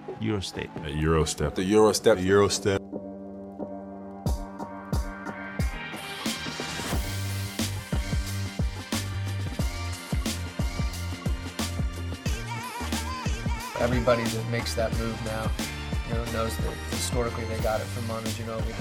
Eurostep. A Eurostep. The Eurostep. The Eurostep. Everybody that makes that move now, knows that historically they got it from Manu Ginobili.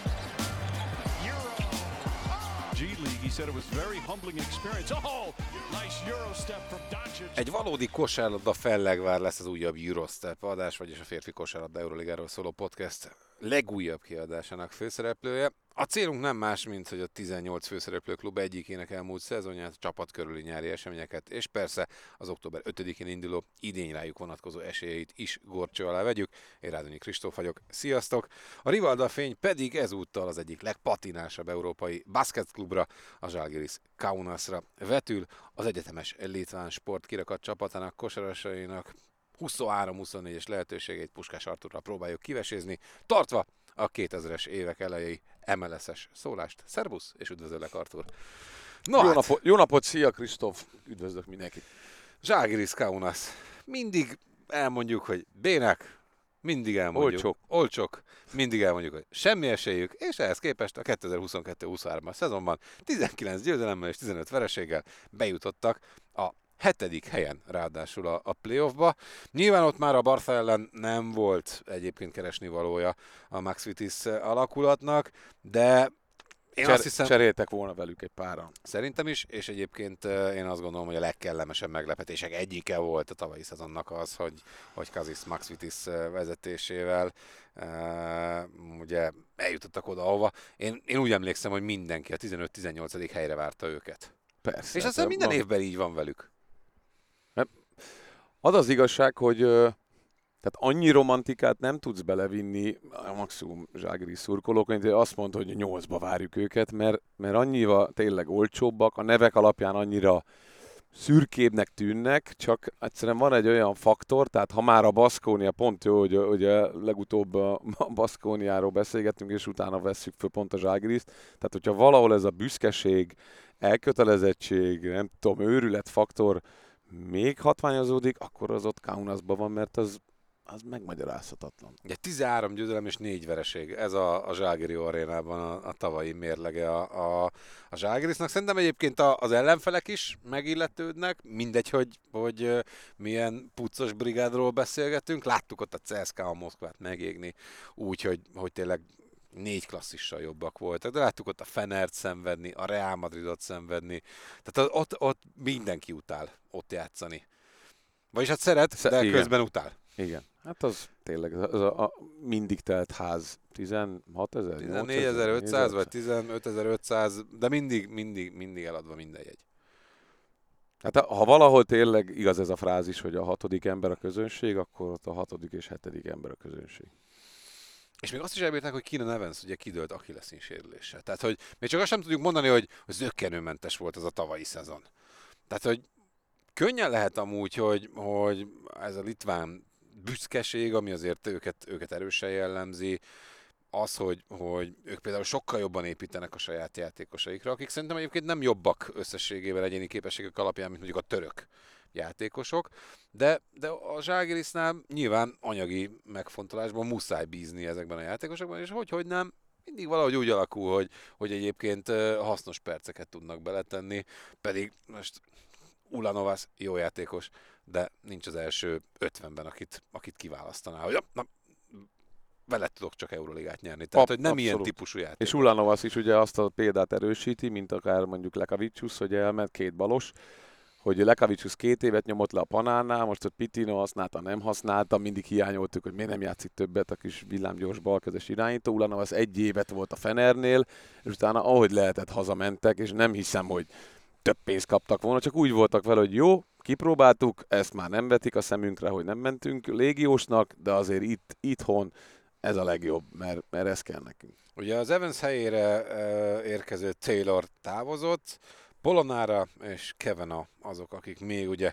G League, he said it was very humbling experience. Oh, nice Eurostep from Doncic. Egy valódi kosárlabda fellegvár lesz az újabb Eurostep adás, vagyis a férfi kosárlabda Euroligáról szóló podcast legújabb kiadásának főszereplője. A célunk nem más, mint hogy a 18 főszereplő klub egyikének elmúlt szezonját, a csapat körüli nyári eseményeket, és persze az október 5-én induló idény rájuk vonatkozó esélyeit is górcső alá vegyük. Én Rádonyi Kristóf vagyok, sziasztok! A Rivalda fény pedig ezúttal az egyik legpatinásabb európai basketklubra, a Žalgiris Kaunasra vetül, az egyetemes litván sport kirakat csapatának kosarasainak 23-24-es lehetőségeit Puskás Artúrral próbáljuk kivesézni, tartva a 2000-es évek elejei MLS-es szólást. Szervusz, és üdvözöllek, Artúr! No, jó napot, szia Kristóf! Üdvözlök mindenkit! Žalgiris Kaunas. Mindig elmondjuk, hogy bének, mindig elmondjuk. Olcsok. Mindig elmondjuk, hogy semmi esélyük, és ehhez képest a 2022-23-as szezonban 19 győzelemmel és 15 vereséggel bejutottak a 7. helyen ráadásul a playoffba. Nyilván ott már a Barca ellen nem volt egyébként keresni valója a Max Vitis alakulatnak, de én azt hiszem... Cseréltek volna velük egy páran. Szerintem is, és egyébként én azt gondolom, hogy a legkellemesebb meglepetések egyike volt a tavalyi szezonnak az, hogy Kazis Max Vitis vezetésével ugye eljutottak oda, ahova. Én úgy emlékszem, hogy mindenki a 15-18. helyre várta őket. Persze. És aztán minden évben így van velük. Az az igazság, hogy tehát annyi romantikát nem tudsz belevinni a maximum Žalgiris szurkolók, hogy azt mondta, hogy 8-ba várjuk őket, mert annyira tényleg olcsóbbak, a nevek alapján annyira szürkébbnek tűnnek, csak egyszerűen van egy olyan faktor, tehát ha már a Baskonia, pont jó, hogy legutóbb a Baskoniáról beszélgettünk, és utána vesszük föl pont a Žalgiriszt, tehát hogyha valahol ez a büszkeség, elkötelezettség, nem tudom, őrület faktor még hatványozódik, akkor az ott Kaunasban van, mert az megmagyarázhatatlan. Ugye 13 győzelem és 4 vereség. Ez a Žalgiris arénában a tavalyi mérlege a Žalgirisnak. Szerintem egyébként az ellenfelek is megilletődnek, mindegy, hogy milyen puccos brigádról beszélgetünk. Láttuk ott a CSKA Moszkvát megégni úgy, hogy tényleg 4 klasszissal jobbak voltak, de láttuk ott a Fenert szenvedni, a Real Madridot szenvedni. Tehát ott mindenki utál ott játszani. Vagyis hát szeret, de igen. Közben utál. Igen, hát az tényleg az a mindig telt ház, 16 000? 14.500 vagy 15.500, de mindig eladva minden jegy. Hát ha valahol tényleg igaz ez a frázis, hogy a 6. ember a közönség, akkor ott a 6. és 7. ember a közönség. És még azt is elbírták, hogy Keenan Evans ugye kidőlt Achilleszin sérüléssel. Tehát, hogy még csak azt sem tudjuk mondani, hogy zökkenőmentes volt az a tavalyi szezon. Tehát, hogy könnyen lehet amúgy, hogy ez a litván büszkeség, ami azért őket erősen jellemzi, az, hogy ők például sokkal jobban építenek a saját játékosaikra, akik szerintem egyébként nem jobbak összességével egyéni képességek alapján, mint mondjuk a török játékosok, de a Žalgirisnál nyilván anyagi megfontolásban muszáj bízni ezekben a játékosokban, és hogy nem, mindig valahogy úgy alakul, hogy egyébként hasznos perceket tudnak beletenni, pedig most Ulanovas jó játékos, de nincs az első 50-ben, akit kiválasztaná, hogy na, vele tudok csak Euroligát nyerni. Tehát, hogy nem abszolút. Ilyen típusú játék. És Ulanovas is ugye azt a példát erősíti, mint akár mondjuk Lekavicius, hogy elment 2 balos, hogy Lekavicius 2 évet nyomott le a Panánnál, most ott Pitino használta, nem használta, mindig hiányoltuk, hogy miért nem játszik többet a kis villámgyors balkezes irányító. Ulanovas 1 évet volt a Fenernél, és utána ahogy lehetett hazamentek, és nem hiszem, hogy több pénzt kaptak volna, csak úgy voltak vele, hogy jó, kipróbáltuk, ezt már nem vetik a szemünkre, hogy nem mentünk légiósnak, de azért itthon ez a legjobb, mert ez kell nekünk. Ugye az Evans helyére érkező Taylor távozott, Polonara és Kevena azok, akik még ugye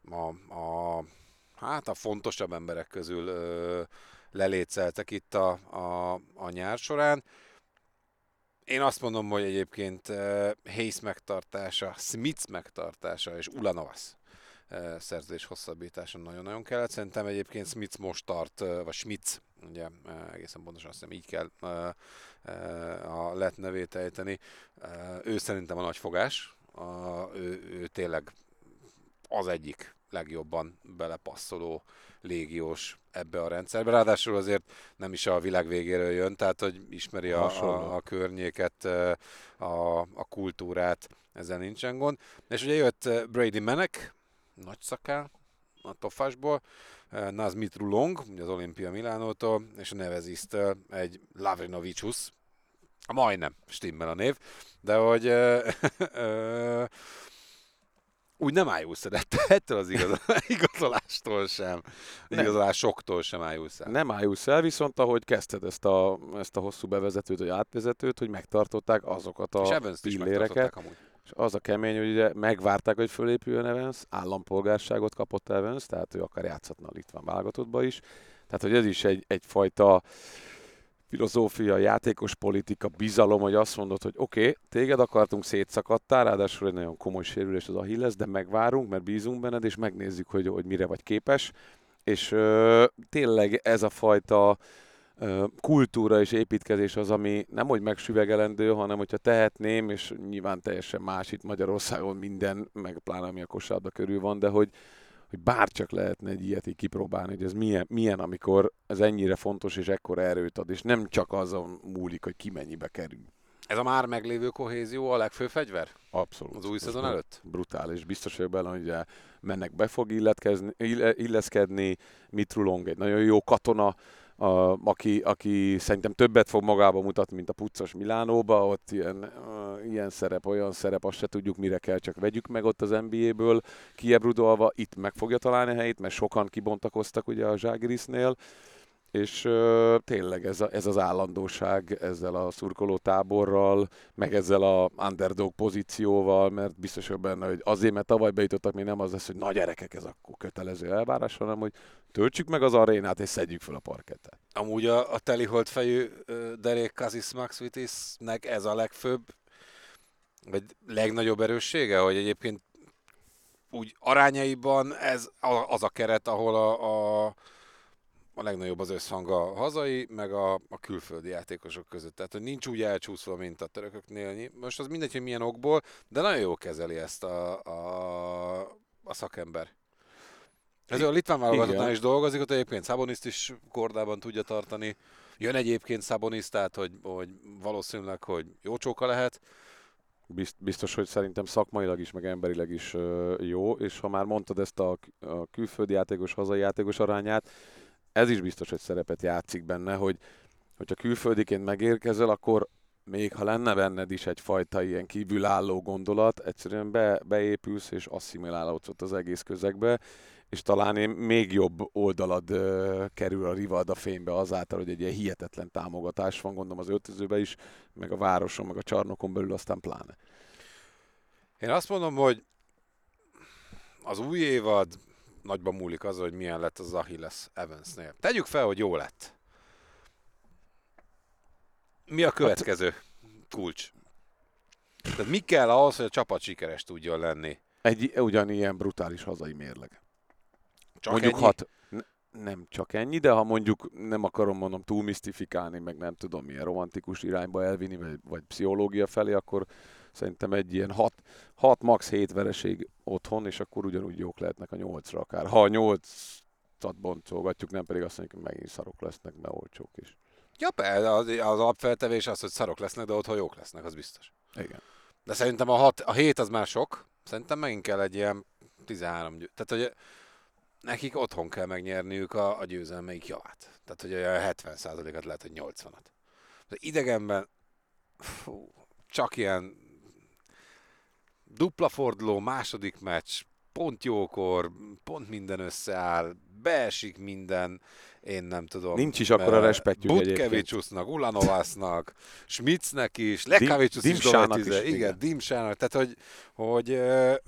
a fontosabb emberek közül leléceltek itt a nyár során. Én azt mondom, hogy egyébként Hayes megtartása, Smith megtartása és Ulanovas szerződés hosszabbításon nagyon-nagyon kellett. Szerintem egyébként Smith most tart, vagy Schmitz, ugye egészen pontosan azt hiszem így kell a lett nevét ejteni. Ő szerintem a nagy fogás. Ő tényleg az egyik legjobban belepasszoló légiós ebbe a rendszerbe. Ráadásul azért nem is a világ végéről jön, tehát hogy ismeri a környéket, a kultúrát, ezzel nincsen gond. És ugye jött Brady Manek, nagy szakál a Tofásból, Naz Mitrulong, ugye az Olimpia Milánótól, és a Nevezisztől egy Lavrinovicius, majdnem stimmel a név, de hogy úgy nem ájulsz el ettől az igazolástól sem, igazolásoktól sem ájulsz el. Nem ájulsz el, viszont ahogy kezdted ezt a hosszú bevezetőt, vagy átvezetőt, hogy megtartották azokat a pilléreket. És az a kemény, hogy ugye megvárták, hogy fölépüljön Evans, állampolgárságot kapott Evans, tehát ő akár játszhatna a litván válogatottba is. Tehát, hogy ez is egyfajta filozófia, játékos politika, bizalom, hogy azt mondod, hogy oké, téged akartunk, szétszakadtál, ráadásul egy nagyon komoly sérülés az Achilles, de megvárunk, mert bízunk benned, és megnézzük, hogy mire vagy képes. És tényleg ez a fajta kultúra és építkezés az, ami nem hogy megsüvegelendő, hanem hogyha tehetném, és nyilván teljesen más itt Magyarországon minden, meg pláne ami a kosárlabda körül van, de hogy bárcsak lehetne egy ilyet így kipróbálni, hogy ez milyen, amikor ez ennyire fontos és ekkora erőt ad, és nem csak azon múlik, hogy ki mennyibe kerül. Ez a már meglévő kohézió a legfőbb fegyver? Abszolút. Az új szezon előtt? Brutális. Biztos vagyok benne, hogy mennek be fog illeszkedni. Mitrulong egy nagyon jó katona, aki szerintem többet fog magába mutatni, mint a puccos Milánóba, ott ilyen szerep, olyan szerep, azt se tudjuk mire kell, csak vegyük meg ott az NBA-ből kiebrudolva, itt meg fogja találni a helyét, mert sokan kibontakoztak ugye a Žalgirisnél, és tényleg ez az állandóság ezzel a szurkoló táborral, meg ezzel a underdog pozícióval, mert biztos vagyok benne, hogy azért, mert tavaly bejutottak, még nem az lesz, hogy na gyerekek, ez akkor kötelező elvárás, hanem hogy töltsük meg az arénát és szedjük fel a parkettet. Amúgy a teliholt fejű Derek Kazis Maksvitisnek ez a legfőbb, vagy legnagyobb erőssége, hogy egyébként úgy arányaiban ez az a keret, ahol a legnagyobb az összhang a hazai, meg a külföldi játékosok között. Tehát, hogy nincs úgy elcsúszva, mint a törököknél. Most az mindegy, hogy milyen okból, de nagyon jól kezeli ezt a szakember. Ez a litván válogatottnál is dolgozik, ott egyébként Szaboniszt is kordában tudja tartani. Jön egyébként Szabonisz, tehát, hogy valószínűleg, hogy jó csóka lehet. Biztos, hogy szerintem szakmailag is, meg emberileg is jó, és ha már mondtad ezt a külföldi játékos, hazai játékos arányát, ez is biztos, hogy szerepet játszik benne, hogyha külföldiként megérkezel, akkor még ha lenne benned is egyfajta ilyen kívülálló gondolat, egyszerűen beépülsz és asszimilálódsz ott az egész közegbe, és talán még jobb oldalad kerül a Rivalda fénybe azáltal, hogy egy ilyen hihetetlen támogatás van, gondolom az öltözőben is, meg a városon, meg a csarnokon belül aztán pláne. Én azt mondom, hogy az új évad nagyban múlik az, hogy milyen lett az Achilles Evansnél. Tegyük fel, hogy jó lett. Mi a következő kulcs? Tehát mi kell ahhoz, hogy a csapat sikeres tudjon lenni? Egy ugyanilyen brutális hazai mérleg. Csak mondjuk ennyi? nem csak ennyi, de ha mondjuk nem akarom mondom túl misztifikálni, meg nem tudom milyen romantikus irányba elvinni, vagy pszichológia felé, akkor szerintem egy ilyen 6 max 7 vereség otthon, és akkor ugyanúgy jók lehetnek a 8-ra akár. Ha a 8-at boncolgatjuk, nem pedig azt mondjuk, hogy megint szarok lesznek, mert olcsók is. Ja, az alapfeltevés az, hogy szarok lesznek, de otthon jók lesznek, az biztos. Igen. De szerintem a 7 az már sok, szerintem megint kell egy ilyen 13 tehát, hogy nekik otthon kell megnyerniük a győzelmeik javát. Tehát, hogy olyan 70%-at lehet, hogy 80-at. De idegenben csak ilyen dupla forduló, második meccs, pont jókor, pont minden összeáll, beesik minden, én nem tudom. Nincs is akkora respektjük egyébként. Butkeviciusnak, Ulanovasnak, Schmitznek is, Lekavicius is Dimsának is. Igen, Dimsának. Tehát, hogy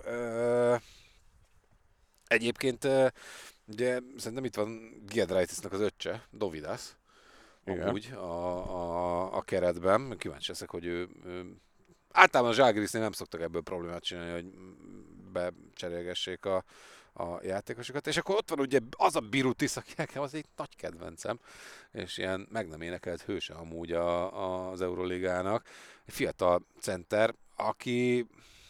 egyébként ugye szerintem itt van Giedraitisnak az öccse, Dovidas. Amúgy a keretben. Kíváncsi leszek, hogy ő általában a Žalgirisnél nem szoktak ebből problémát csinálni, hogy becserélgessék a játékosokat, és akkor ott van ugye az a Birutis, aki nekem az egy nagy kedvencem, és ilyen meg nem énekelt hőse amúgy az Euroligának. Egy fiatal center, aki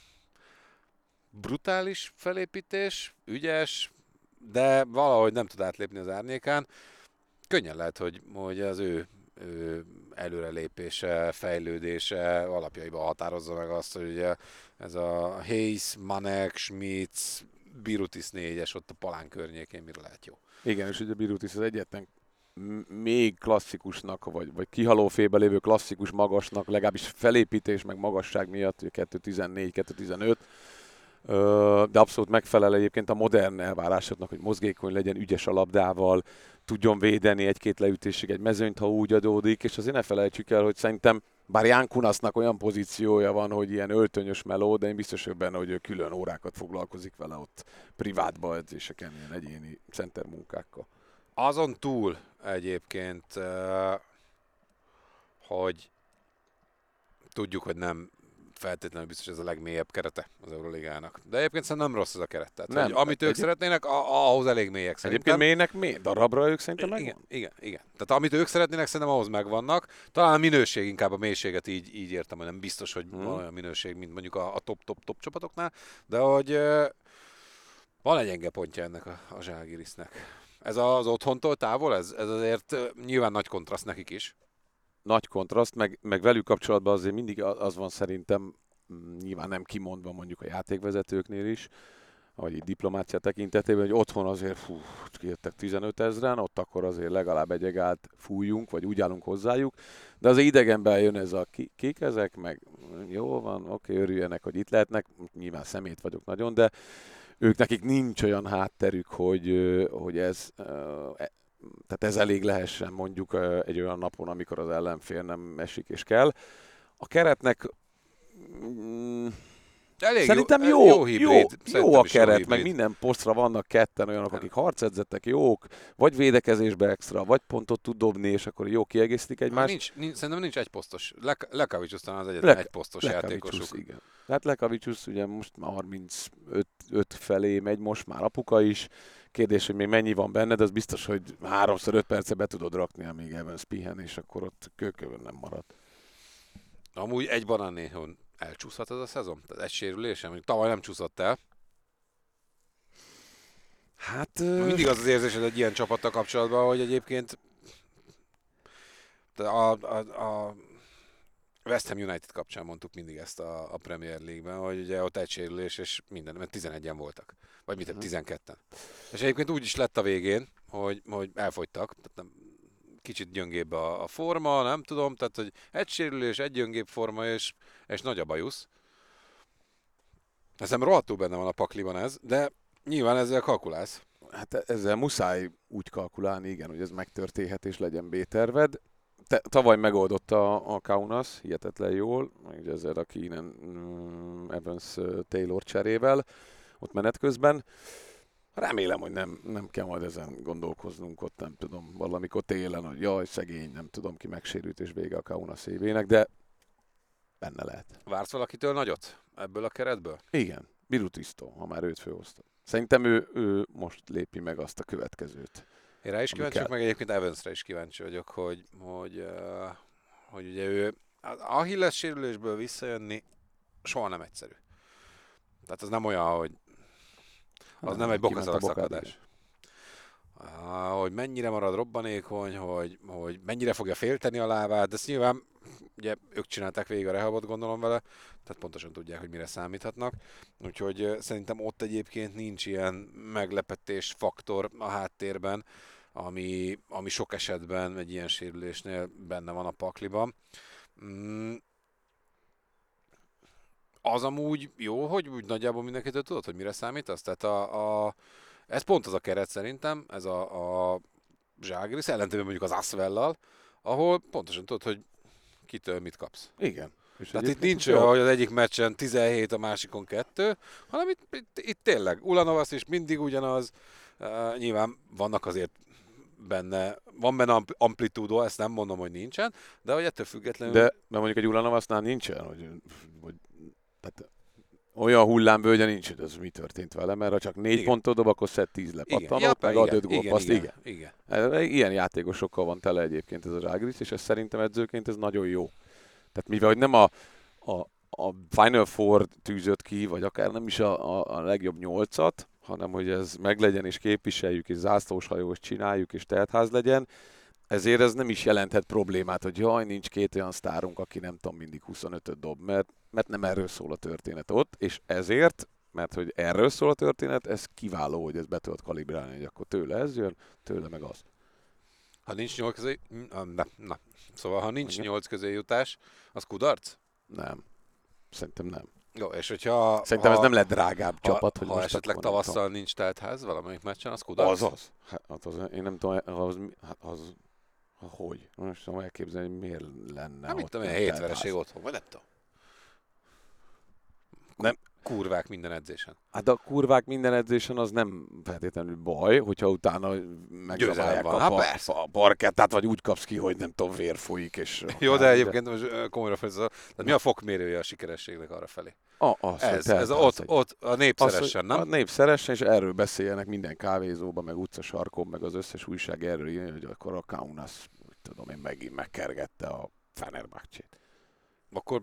brutális felépítés, ügyes, de valahogy nem tud átlépni az árnyékán. Könnyen lehet, hogy az ő előrelépése, fejlődése alapjaiban határozza meg azt, hogy ugye ez a Hayes, Manek, Schmitz, Birutis 4-es ott a Palán környékén mire lehet jó. Igen, és ugye Birutis az egyetlen még klasszikusnak, vagy kihalófébe lévő klasszikus magasnak, legalábbis felépítés meg magasság miatt, 2.14, 2.15, de abszolút megfelel egyébként a modern elvárásoknak, hogy mozgékony legyen, ügyes a labdával, tudjon védeni egy-két leütésig egy mezőnyt, ha úgy adódik, és azért ne felejtsük el, hogy szerintem bár Ján Kunasznak olyan pozíciója van, hogy ilyen öltönyös meló, de én biztos vagyok benne, hogy ő külön órákat foglalkozik vele ott privátba edzéseken, ilyen egyéni center munkákkal. Azon túl egyébként, hogy tudjuk, hogy nem feltétlenül biztos ez a legmélyebb kerete az Euroligának. De egyébként szerintem nem rossz ez a keret. Tehát, Nem, amit ők szeretnének, ahhoz elég mélyek szerintem. Egyébként mélynek darabra ők szerintem megvan. Igen. Tehát amit ők szeretnének, szerintem ahhoz megvannak. Talán a minőség, inkább a mélységet így értem, hogy nem biztos, hogy van olyan minőség, mint mondjuk a top csapatoknál, de hogy van egy gyenge pontja ennek a Žalgirisnek. Ez az otthontól távol, ez azért nyilván nagy kontraszt nekik is. Nagy kontraszt, meg velük kapcsolatban azért mindig az van szerintem, nyilván nem kimondva mondjuk a játékvezetőknél is, vagy így diplomácia tekintetében, hogy otthon azért kijöttek 15 000-en, ott akkor azért legalább egy egált fújjunk, vagy úgy állunk hozzájuk, de azért idegenben jön ez a kik ezek, meg jó van, oké, örüljenek, hogy itt lehetnek, nyilván szemét vagyok nagyon, de ők nekik nincs olyan hátterük, hogy ez... Tehát ez elég lehessen mondjuk egy olyan napon, amikor az ellenfél nem esik és kell. A keretnek elég szerintem jó hibrid. Jó a keret, meg minden posztra vannak ketten olyanok, akik harcedzettek, jók, vagy védekezésbe extra, vagy pontot tud dobni, és akkor jó kiegészítik egymást. Szerintem nincs egy posztos. Lekavicius talán az egyetlen egy posztos játékosuk. Igen. Hát Lekavicius ugye most már 35 felé megy, most már apuka is. Kérdés, hogy még mennyi van benne, de az biztos, hogy 3-5 perce be tudod rakni, amíg Evans pihen, és akkor ott kőkövön nem marad. Amúgy egy banánnéhon elcsúszhat ez a szezon? Tehát egy sérülésen? Mondjuk tavaly nem csúszott el. Hát... Mindig az érzésed egy ilyen csapattal kapcsolatban, hogy egyébként a West Ham United kapcsán mondtuk mindig ezt a Premier League-ben, hogy ugye ott egy sérülés, és minden, mert 11-en voltak. Vagy mit, 12-en. És egyébként úgy is lett a végén, hogy elfogytak, tehát nem, kicsit gyöngébb a forma, nem tudom, tehát hogy egy sérülés, egy gyöngébb forma, és nagy a bajusz. Hiszem rohadtul benne van a pakliban ez, de nyilván ezzel kalkulálsz. Hát ezzel muszáj úgy kalkulálni, igen, hogy ez megtörténhet és legyen B-terved. Tavaly megoldotta a Kaunas hihetetlen jól, ugye ezzel a Keenan Evans Taylor cserével ott menet közben. Remélem, hogy nem kell majd ezen gondolkoznunk ott, nem tudom, valamikor télen, hogy jaj, szegény, nem tudom, ki megsérült és vége a Kaunas évének, de benne lehet. Vársz valakitől nagyot ebből a keretből? Igen, Birutisztó, ha már őt főhozta. Szerintem ő most lépi meg azt a következőt. Én rá is kíváncsi vagyok, meg egyébként Evansre is kíváncsi vagyok, hogy ugye ő az Achilles sérülésből visszajönni soha nem egyszerű. Tehát az nem olyan, hogy az nem egy bokaszalagszakadás. Hogy mennyire marad robbanékony, hogy mennyire fogja félteni a lábát, de ezt nyilván ugye ők csinálták végig a rehabot, gondolom vele, tehát pontosan tudják, hogy mire számíthatnak. Úgyhogy szerintem ott egyébként nincs ilyen meglepetés faktor a háttérben, ami sok esetben egy ilyen sérülésnél benne van a pakliban. Az amúgy jó, hogy úgy nagyjából mindenkitől tudod, hogy mire számítasz? Tehát ez pont az a keret szerintem, ez a Žalgiris, ellentétben mondjuk az Asvellal, ahol pontosan tudod, hogy kitől mit kapsz. Igen. És tehát itt nincs olyan, hogy az egyik meccsen 17, a másikon 2, hanem itt tényleg Ulanovas is mindig ugyanaz. Nyilván vannak azért van benne amplitúdó, ezt nem mondom, hogy nincsen, de hogy ettől függetlenül... De mondjuk egy Ulanovasnál nincsen, hogy tehát Olyan hullámvölgye nincs, hogy ez mi történt vele, mert ha csak 4 Igen. pontot dob, akkor szed 10 lepattanót, meg ad 5 gólpaszt. Igen. Ilyen játékosokkal van tele egyébként ez a Žalgiris, és ez szerintem edzőként ez nagyon jó. Tehát mivel hogy nem a Final Four tűzött ki, vagy akár nem is a legjobb 8-at, hanem hogy ez meglegyen és képviseljük, és zászlóshajós csináljuk, és teltház legyen, ezért ez nem is jelenthet problémát, hogy jaj, nincs 2 olyan sztárunk, aki nem tudom, mindig 25-öt dob, mert nem erről szól a történet ott, és ezért, mert hogy erről szól a történet, ez kiváló, hogy ezt be tudod kalibrálni, hogy akkor tőle ez jön, tőle meg az. Ha nincs 8 közé... Szóval, ha nincs 8 közé jutás, az kudarc? Nem. Szerintem nem. Jó, és hogyha... Szerintem ez nem lett drágább csapat, hogy ha most esetleg akkor tavasszal nincs teltház valamelyik meccsen, az kudarc? Az. Hát az. Én nem tudom, hogy? Most tudom elképzelni, hogy miért lenne. Hát mit ott tudom én, nem 7 teltház. vereség otthon, vagy nem tudom. Nem. Kurvák minden edzésen. Hát a kurvák minden edzésen az nem feltétlenül baj, hogyha utána megzabálják van. Hát a parkettát, vagy úgy kapsz ki, hogy nem tudom, vér folyik. És jó, de egyébként most komolyra fordítva, tehát mi a fokmérője a sikerességnek arra felé? Ez ott a népszeresen, nem? A népszeresen, és erről beszéljenek minden kávézóban, meg utcasarkon, meg az összes újság erről írja, hogy akkor a Kaunas, úgy tudom én, megint megkergette a Fenerbahcsét. Akkor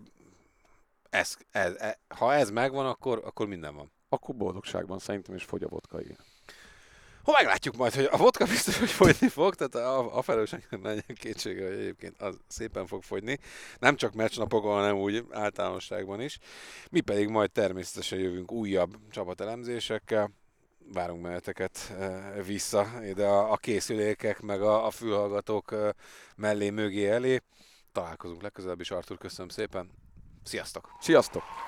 ha ez megvan, akkor minden van. Akkor boldogságban szerintem is fogy a vodka, igen. Ha meglátjuk majd, hogy a vodka biztos, hogy fogyni fog, tehát a felelősségnek nem legyen kétsége, hogy egyébként az szépen fog fogyni. Nem csak meccsnapokon, hanem úgy általánosságban is. Mi pedig majd természetesen jövünk újabb csapatelemzésekkel. Várunk meneteket vissza ide a készülékek, meg a fülhallgatók mellé, mögé, elé. Találkozunk legközelebb is, Artur, köszönöm szépen. Sziasztok! Sziasztok!